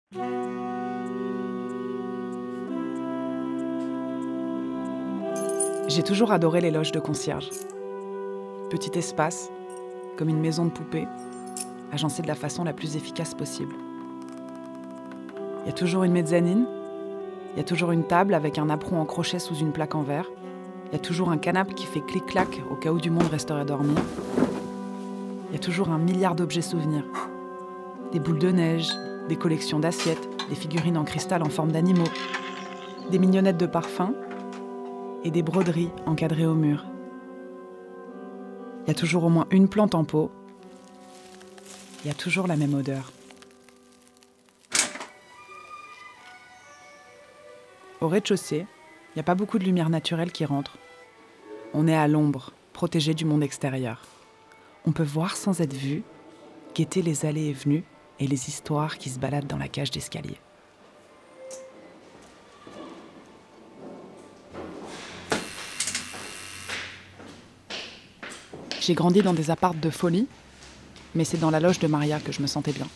J'ai toujours adoré les loges de concierge. Petit espace, comme une maison de poupée, agencée de la façon la plus efficace possible. Il y a toujours une mezzanine, il y a toujours une table avec un apron en crochet sous une plaque en verre, il y a toujours un canapé qui fait clic-clac au cas où du monde resterait à dormir. Il y a toujours 1 milliard d'objets souvenirs. Des boules de neige, des collections d'assiettes, des figurines en cristal en forme d'animaux, des mignonnettes de parfum et des broderies encadrées au mur. Il y a toujours au moins une plante en pot. Il y a toujours la même odeur. Au rez-de-chaussée, il n'y a pas beaucoup de lumière naturelle qui rentre. On est à l'ombre, protégé du monde extérieur. On peut voir sans être vu, guetter les allées et venues et les histoires qui se baladent dans la cage d'escalier. J'ai grandi dans des apparts de folie, mais c'est dans la loge de Maria que je me sentais bien.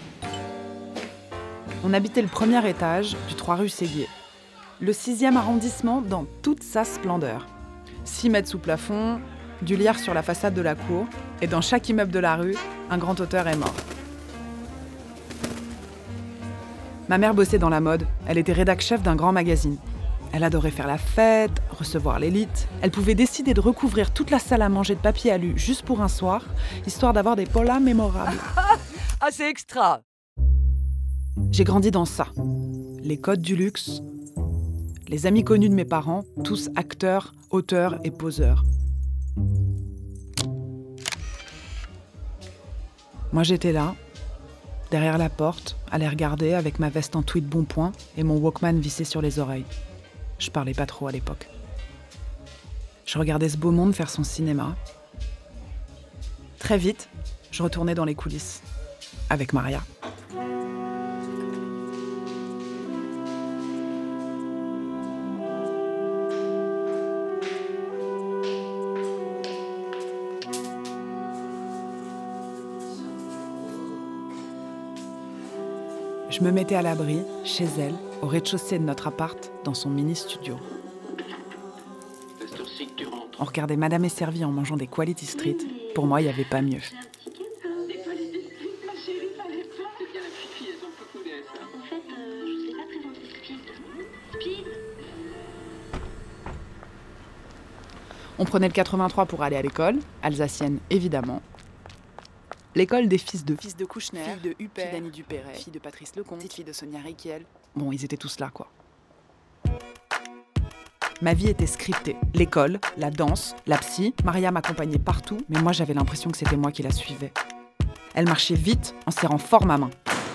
On habitait le premier étage du 3 rue Séguier, le 6e arrondissement dans toute sa splendeur. 6 mètres sous plafond, du lierre sur la façade de la cour, et dans chaque immeuble de la rue, un grand auteur est mort. Ma mère bossait dans la mode, elle était rédac-chef d'un grand magazine. Elle adorait faire la fête, recevoir l'élite. Elle pouvait décider de recouvrir toute la salle à manger de papier alu juste pour un soir, histoire d'avoir des polas mémorables. Ah, c'est extra! J'ai grandi dans ça. Les codes du luxe, les amis connus de mes parents, tous acteurs, auteurs et poseurs. Moi, j'étais là, derrière la porte, à les regarder avec ma veste en tweed bon point et mon Walkman vissé sur les oreilles. Je parlais pas trop à l'époque. Je regardais ce beau monde faire son cinéma. Très vite, je retournais dans les coulisses, avec Maria. Je me mettais à l'abri, chez elle, au rez-de-chaussée de notre appart, dans son mini-studio. On regardait Madame est servie en mangeant des Quality Street. Pour moi, il n'y avait pas mieux. On prenait le 83 pour aller à l'école, alsacienne évidemment. L'école des fils de Kouchner, fille de Huppert, fille d'Annie Dupéret, fille de Patrice Lecomte, petite fille de Sonia Riquiel. Bon, ils étaient tous là, quoi. Ma vie était scriptée. L'école, la danse, la psy, Maria m'accompagnait partout, mais moi j'avais l'impression que c'était moi qui la suivais. Elle marchait vite, en serrant fort ma main.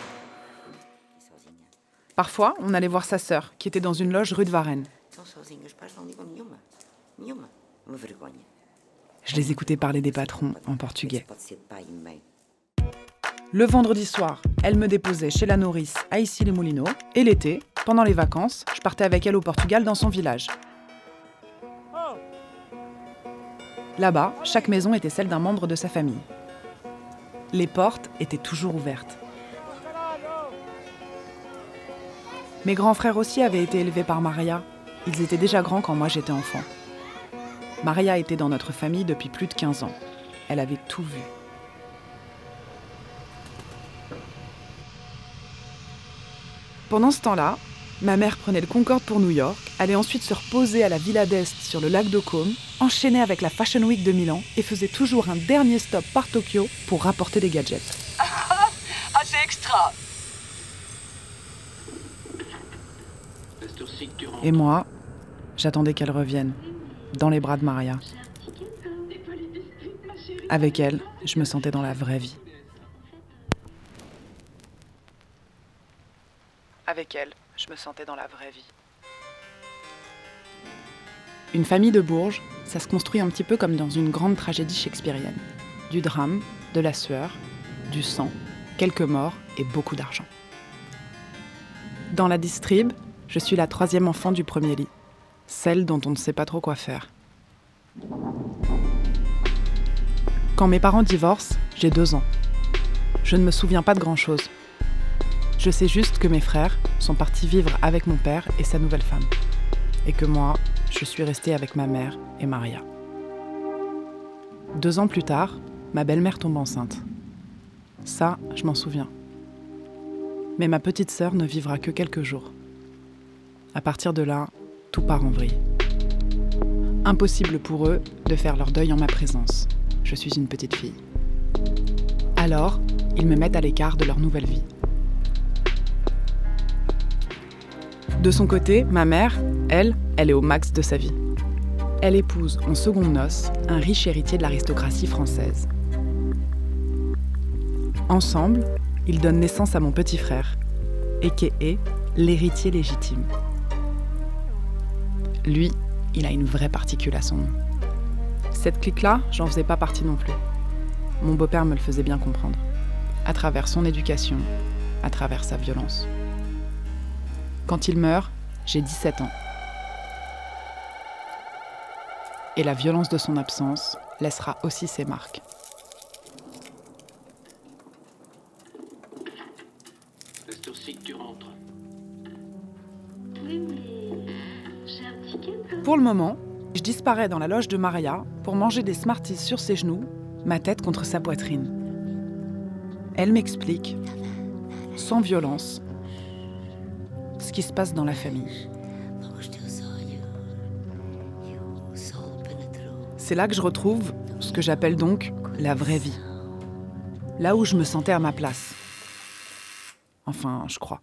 Parfois, on allait voir sa sœur, qui était dans une loge rue de Varennes. Je les écoutais parler des patrons en portugais. Le vendredi soir, elle me déposait chez la nourrice à Issy-les-Moulineaux. Et l'été, pendant les vacances, je partais avec elle au Portugal dans son village. Là-bas, chaque maison était celle d'un membre de sa famille. Les portes étaient toujours ouvertes. Mes grands frères aussi avaient été élevés par Maria. Ils étaient déjà grands quand moi j'étais enfant. Maria était dans notre famille depuis plus de 15 ans. Elle avait tout vu. Pendant ce temps-là, ma mère prenait le Concorde pour New York, allait ensuite se reposer à la Villa d'Est sur le lac de Côme, enchaînait avec la Fashion Week de Milan et faisait toujours un dernier stop par Tokyo pour rapporter des gadgets. Ah, c'est extra! Et moi, j'attendais qu'elle revienne, dans les bras de Maria. Avec elle, je me sentais dans la vraie vie. Avec elle, je me sentais dans la vraie vie. Une famille de Bourges, ça se construit un petit peu comme dans une grande tragédie shakespearienne. Du drame, de la sueur, du sang, quelques morts et beaucoup d'argent. Dans la distrib, je suis la 3e enfant du premier lit. Celle dont on ne sait pas trop quoi faire. Quand mes parents divorcent, j'ai 2 ans. Je ne me souviens pas de grand-chose. Je sais juste que mes frères sont partis vivre avec mon père et sa nouvelle femme. Et que moi, je suis restée avec ma mère et Maria. 2 ans plus tard, ma belle-mère tombe enceinte. Ça, je m'en souviens. Mais ma petite sœur ne vivra que quelques jours. À partir de là, tout part en vrille. Impossible pour eux de faire leur deuil en ma présence. Je suis une petite fille. Alors, ils me mettent à l'écart de leur nouvelle vie. De son côté, ma mère, elle est au max de sa vie. Elle épouse en secondes noces un riche héritier de l'aristocratie française. Ensemble, ils donnent naissance à mon petit frère, a.k.a. l'héritier légitime. Lui, il a une vraie particule à son nom. Cette clique-là, j'en faisais pas partie non plus. Mon beau-père me le faisait bien comprendre, à travers son éducation, à travers sa violence. Quand il meurt, j'ai 17 ans. Et la violence de son absence laissera aussi ses marques. C'est cette heure-ci que tu rentres. Oui, mais j'ai un ticket. Pour le moment, je disparais dans la loge de Maria pour manger des Smarties sur ses genoux, ma tête contre sa poitrine. Elle m'explique, sans violence, ce qui se passe dans la famille. C'est là que je retrouve ce que j'appelle donc la vraie vie. Là où je me sentais à ma place. Enfin, je crois.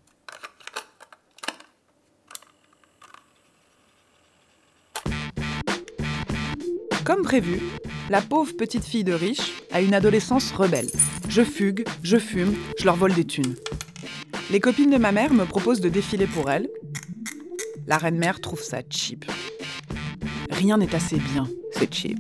Comme prévu, la pauvre petite fille de riche a une adolescence rebelle. Je fugue, je fume, je leur vole des thunes. Les copines de ma mère me proposent de défiler pour elles. La reine-mère trouve ça cheap. Rien n'est assez bien, c'est cheap.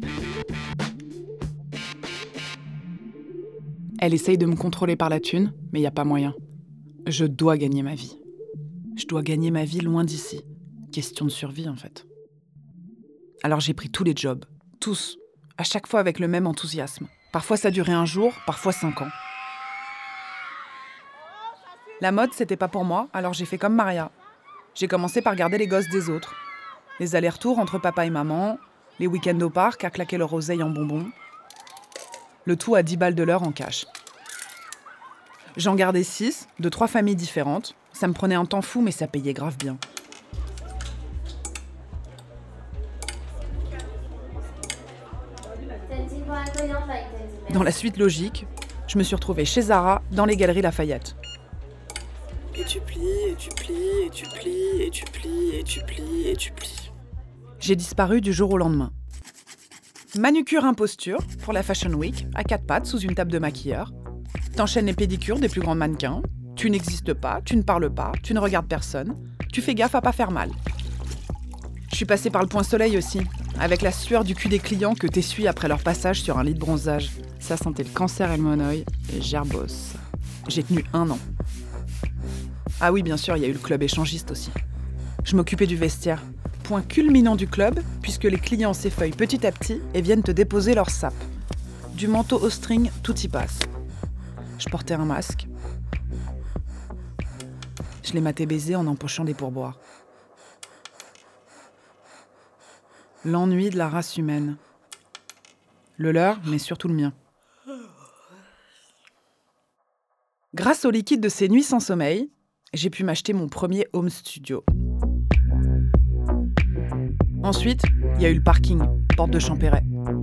Elle essaye de me contrôler par la thune, mais il n'y a pas moyen. Je dois gagner ma vie. Je dois gagner ma vie loin d'ici. Question de survie, en fait. Alors j'ai pris tous les jobs. Tous. À chaque fois avec le même enthousiasme. Parfois ça durait 1 jour, parfois 5 ans. La mode, c'était pas pour moi, alors j'ai fait comme Maria. J'ai commencé par garder les gosses des autres. Les allers-retours entre papa et maman, les week-ends au parc à claquer leur oseille en bonbons. Le tout à 10 balles de l'heure en cash. J'en gardais 6, de 3 familles différentes. Ça me prenait un temps fou, mais ça payait grave bien. Dans la suite logique, je me suis retrouvée chez Zara, dans les Galeries Lafayette. Et tu plies, et tu plies, et tu plies, et tu plies, et tu plies, et tu plies. J'ai disparu du jour au lendemain. Manucure imposture pour la Fashion Week, à 4 pattes sous une table de maquilleur. T'enchaînes les pédicures des plus grands mannequins. Tu n'existes pas, tu ne parles pas, tu ne regardes personne. Tu fais gaffe à pas faire mal. Je suis passée par le point soleil aussi, avec la sueur du cul des clients que t'essuies après leur passage sur un lit de bronzage. Ça sentait le cancer et le monoï, et gerbos. J'ai tenu 1 an. Ah oui, bien sûr, il y a eu le club échangiste aussi. Je m'occupais du vestiaire. Point culminant du club, puisque les clients s'effeuillent petit à petit et viennent te déposer leur sape. Du manteau au string, tout y passe. Je portais un masque. Je les matais baiser en empochant des pourboires. L'ennui de la race humaine. Le leur, mais surtout le mien. Grâce au liquide de ces nuits sans sommeil, j'ai pu m'acheter mon premier home studio. Ensuite, il y a eu le parking, porte de Champéret.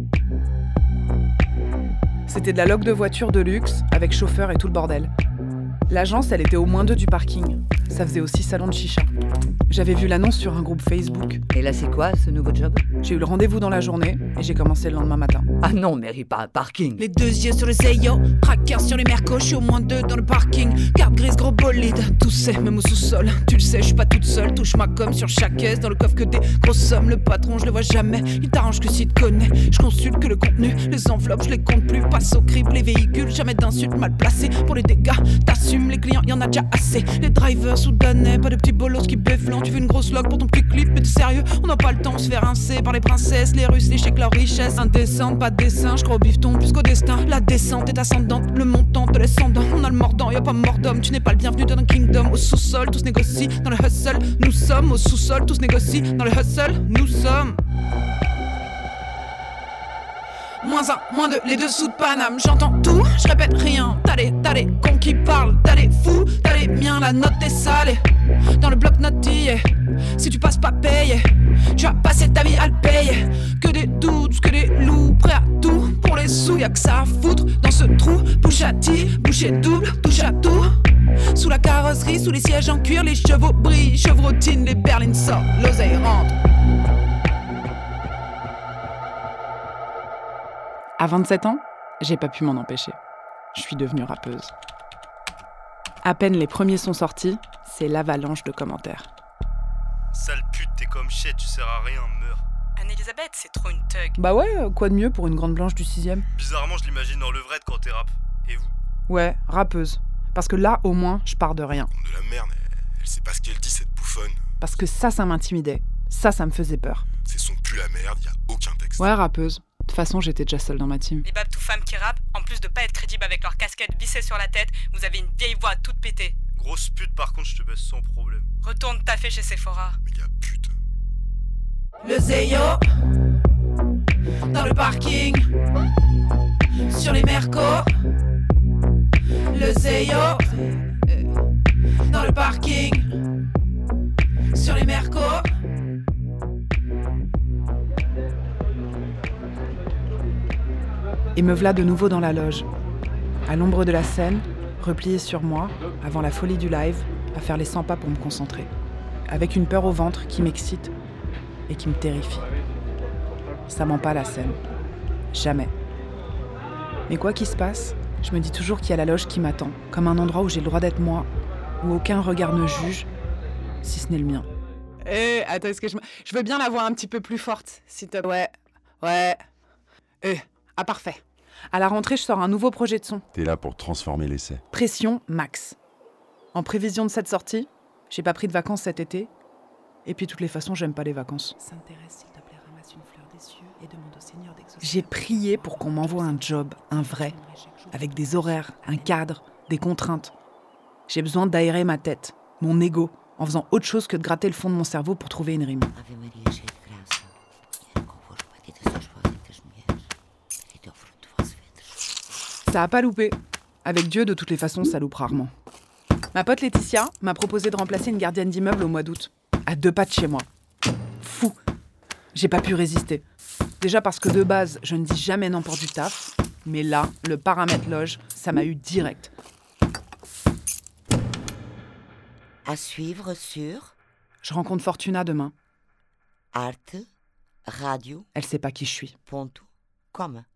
C'était de la loc de voiture de luxe, avec chauffeur et tout le bordel. L'agence, elle était au moins 2 du parking. Ça faisait aussi salon de chicha. J'avais vu l'annonce sur un groupe Facebook. Et là, c'est quoi, ce nouveau job? J'ai eu le rendez-vous dans la journée et j'ai commencé le lendemain matin. Ah non, mérite pas un parking. Les 2 yeux sur les ayo, tracker sur les mercos, je suis au moins 2 dans le parking. Carte grise, gros bolide, tout c'est même au sous-sol. Tu le sais, je suis pas toute seule, touche ma com sur chaque caisse. Dans le coffre que des grosses sommes, le patron je le vois jamais. Il t'arrange que s'il te connaît, je consulte que le contenu. Les enveloppes, je les compte plus, passe au crible, les véhicules. Jamais d'insultes mal placées pour les dégâts, t'assures. assume, les clients, y'en a déjà assez. Les drivers soudanais, pas de petits bolos qui béflant. Tu veux une grosse loque pour ton petit clip, mais t'es sérieux? On n'a pas le temps, on se fait rincer par les princesses. Les Russes, les chèques, leur richesse. Indécente, pas de dessin, je crois au bifton plus qu'au destin. La descente est ascendante, le montant te laisse sans dents. On a le mordant, y'a pas mort d'homme. Tu n'es pas le bienvenu dans un kingdom. Au sous-sol, tout se négocie dans le hustle. Nous sommes au sous-sol, tout se négocie dans le hustle. Nous sommes. Moins un, moins deux, les dessous de Paname. J'entends tout, je répète rien. T'as des cons qui parlent, t'as des fous, t'as les miens, la note est salée. Dans le bloc notillé, si tu passes pas payé, tu vas passer ta vie à le payer. Que des doutes, que des loups, prêts à tout. Pour les sous, y'a que ça à foutre dans ce trou. Bouche à tige, bouchée double, touche à tout. Sous la carrosserie, sous les sièges en cuir, les chevaux brillent, chevrotine, les berlines sortent, l'oseille rentre. À 27 ans, j'ai pas pu m'en empêcher. Je suis devenue rappeuse. À peine les premiers sont sortis, c'est l'avalanche de commentaires. Sale pute, t'es comme shit, tu sers à rien, meurs. Anne-Elisabeth, c'est trop une thug. Bah ouais, quoi de mieux pour une grande blanche du 6e? Bizarrement, je l'imagine en levrette quand t'es rap. Et vous? Ouais, rappeuse. Parce que là, au moins, je pars de rien. Comme de la merde, elle sait pas ce qu'elle dit, cette bouffonne. Parce que ça m'intimidait. Ça me faisait peur. C'est son pull la merde, y a aucun texte. Ouais, rappeuse. De toute façon, j'étais déjà seule dans ma team. Les babes tout femmes qui rappent, en plus de pas être crédibles avec leur casquette vissée sur la tête, vous avez une vieille voix toute pétée. Grosse pute, par contre, je te baisse sans problème. Retourne taffer chez Sephora. Méga pute. Le Zeyo dans le parking, sur les mercos. Le Zeyo dans le parking, sur les mercos. Et me voilà de nouveau dans la loge, à l'ombre de la scène, repliée sur moi, avant la folie du live, à faire les 100 pas pour me concentrer, avec une peur au ventre qui m'excite et qui me terrifie. Ça ment pas la scène. Jamais. Mais quoi qu'il se passe, je me dis toujours qu'il y a la loge qui m'attend, comme un endroit où j'ai le droit d'être moi, où aucun regard ne juge, si ce n'est le mien. Attends, est-ce que je veux bien la voix un petit peu plus forte, s'il te plaît. Ouais. Ah, parfait. À la rentrée, je sors un nouveau projet de son. T'es là pour transformer l'essai. Pression max. En prévision de cette sortie, j'ai pas pris de vacances cet été. Et puis, de toutes les façons, j'aime pas les vacances. S'intéresse, s'il te plaît, ramasse une fleur des cieux et demande au Seigneur d'exaucer. J'ai prié pour qu'on m'envoie un job, un vrai, avec des horaires, un cadre, des contraintes. J'ai besoin d'aérer ma tête, mon ego, en faisant autre chose que de gratter le fond de mon cerveau pour trouver une rime. Ça a pas loupé. Avec Dieu, de toutes les façons, ça loupe rarement. Ma pote Laetitia m'a proposé de remplacer une gardienne d'immeuble au mois d'août. À 2 pas de chez moi. Fou. J'ai pas pu résister. Déjà parce que de base, je ne dis jamais non pour du taf. Mais là, le paramètre loge, ça m'a eu direct. À suivre sur Je rencontre Fortuna demain. Arte Radio. Elle sait pas qui je suis. .com